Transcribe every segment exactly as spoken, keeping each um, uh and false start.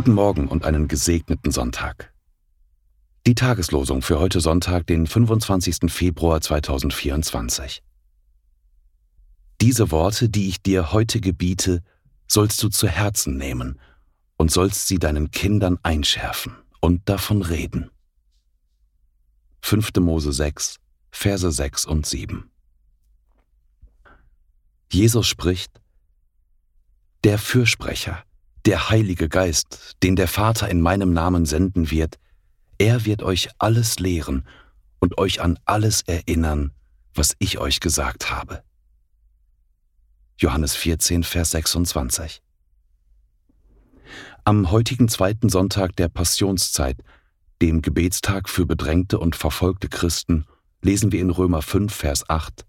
Guten Morgen und einen gesegneten Sonntag. Die Tageslosung für heute Sonntag, den fünfundzwanzigsten Februar zweitausendvierundzwanzig. Diese Worte, die ich dir heute gebiete, sollst du zu Herzen nehmen und sollst sie deinen Kindern einschärfen und davon reden. fünfter Mose sechs, Verse sechs und sieben. Jesus spricht: Der Fürsprecher, der Heilige Geist, den der Vater in meinem Namen senden wird, er wird euch alles lehren und euch an alles erinnern, was ich euch gesagt habe. Johannes vierzehn, Vers sechsundzwanzig. Am heutigen zweiten Sonntag der Passionszeit, dem Gebetstag für bedrängte und verfolgte Christen, lesen wir in Römer fünf, Vers acht: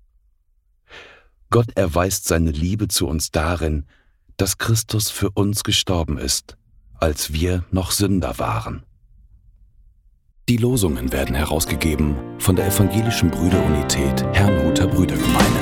Gott erweist seine Liebe zu uns darin, dass Christus für uns gestorben ist, als wir noch Sünder waren. Die Losungen werden herausgegeben von der Evangelischen Brüderunität Herrnhuter Brüdergemeine.